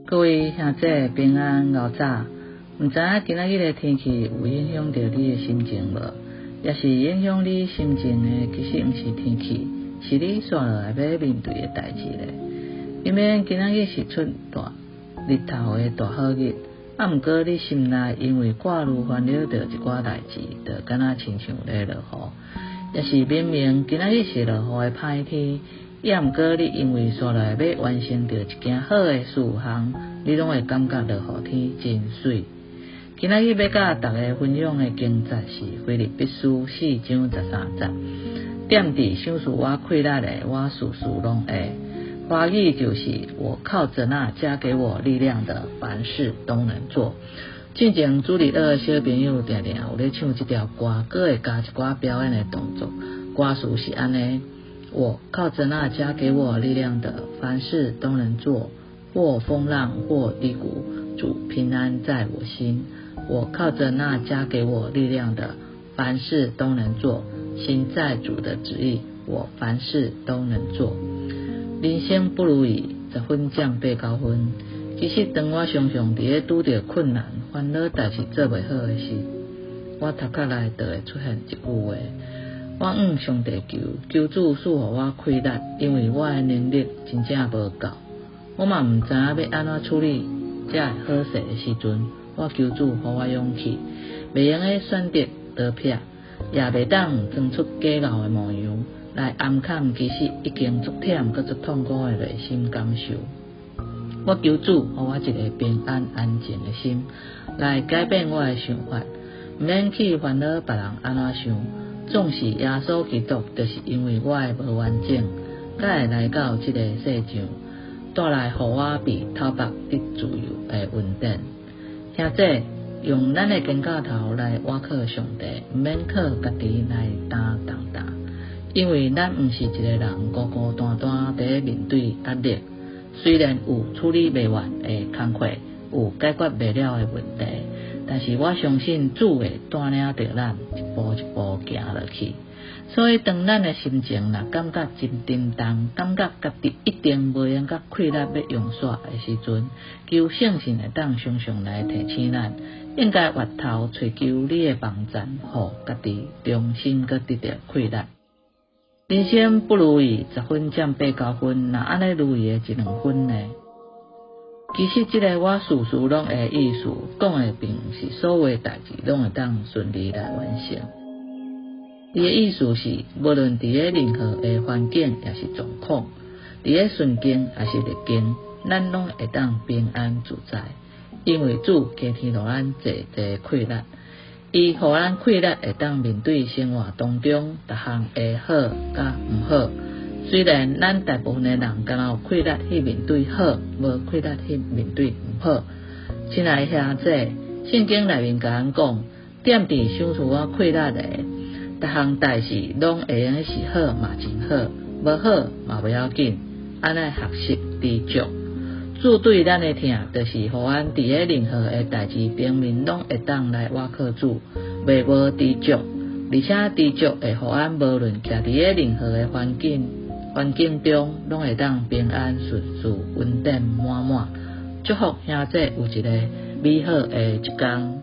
各位兄姐平安午早，毋知影今仔日的天气有影响到你的心情无？也是影响你心情的，其实毋是天气，是你煞落来要面对的代志咧。因为今仔日是出大日头的大好日，毋过你心内因为挂虑烦恼着一寡代志，就敢若亲像咧落雨，也是明明今仔日是落雨的歹天。也毋过你因为煞来要完成着一件好的事项，你拢会感觉落雨天真水。今仔日要甲大家分享的经节是腓立比书4章13节，踮伫想使我快乐的，我事事拢会。翻译就是我靠着那加给我力量的，凡事都能做。进前主日的小朋友定定有咧唱这条歌，佫会加一寡表演的动作。歌词是安尼。我靠着那加给我力量的，凡事都能做，或风浪或低谷，主平安在我心。我靠着那加给我力量的，凡事都能做，行在主的旨意，我凡事都能做。人生不如意，10分降8-9分。其实当我常常伫咧拄着困难、烦恼代志做袂好的时，我头壳内就会出现一句话。我向上帝求主赐予我快乐，因为我的能力真正无够。我嘛毋知影要安怎处理这好势的时阵，我求主予我勇气，袂用的选择逃避，也袂当装出假傲的模样来暗藏其实已经足忝佮足痛苦的内心感受。我求主予我一个平安安静的心，来改变我的想法，毋免去烦恼别人安怎想。总是耶稣基督，就是因为我的无完整，才会来到这个世上，带来互我比头白得自由的稳定。兄姐，用咱的肩胛头来倚靠上帝，毋免靠家己来担重担，因为咱毋是一个人孤孤单单在面对压力。虽然有处理袂完的工课，有解决袂了的问题。但是我相信主会带领着咱一步一步行落去，所以当咱的心情若感觉真沉重，感觉家己一定无用甲快乐要用煞的时阵，求圣神会当常常来提醒咱，应该回头找求你的帮助，互家己重新搁得到快乐。人生不如意，10分占8-9分，那安尼如意的1-2分呢？其实这个我事事拢会意思，讲的并是所有代志拢会当顺利来完成。伊的意思是，无论伫咧任何的环境也是状况，伫咧顺境也是逆境，咱拢会当平安自在。因为主加添互咱济快乐，伊互咱快乐会当面对生活当中逐项会好甲毋好。虽然咱大部分的人敢若有快乐去面对好，无快乐去面对毋好。亲爱的兄姐，圣经内面甲咱讲，踮伫想使我快乐的，逐项代志拢会用是好嘛真好，无好嘛不要紧，安尼学习知足。主对咱的疼，就是互咱伫咧任何的代志平面拢会当来倚靠主，袂无知足，而且知足会互咱无论徛伫咧任何的环境中，拢会当平安顺遂、稳定满满。祝福兄姐有一个美好的一天。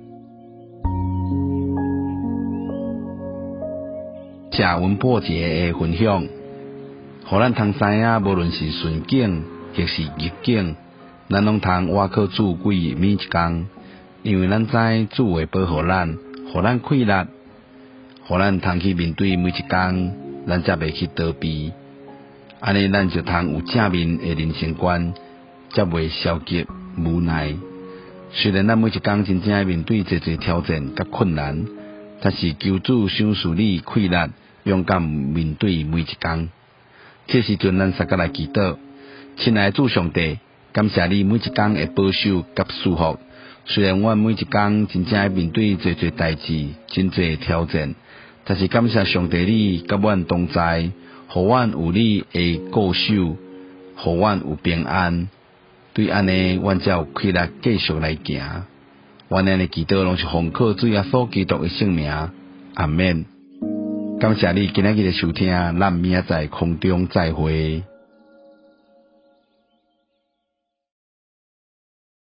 谢文宝姐的分享，互咱通知影，无论是顺境或是逆境，咱拢通倚靠主过每一天，因为咱知主会保护咱，互咱快乐，互咱通去面对每一天，咱才袂去逃避。安尼咱就通有正面的人生观，才袂消极无奈。虽然咱每一天真正面对侪挑战甲困难，但是求主赏赐你快乐，勇敢面对每一天。这时阵咱三个来祈祷，亲爱的主上帝，感谢你每一天的保守甲祝福。虽然我每一天真正面对侪代志，真侪挑战，但是感谢上帝你甲阮同在。互阮有你的固守，互阮有平安，对安尼，阮才有快乐继续来行。阮安尼祈祷拢是奉靠主耶稣基督的圣名，阿免。感谢你今日的收听，咱明仔载空中再会。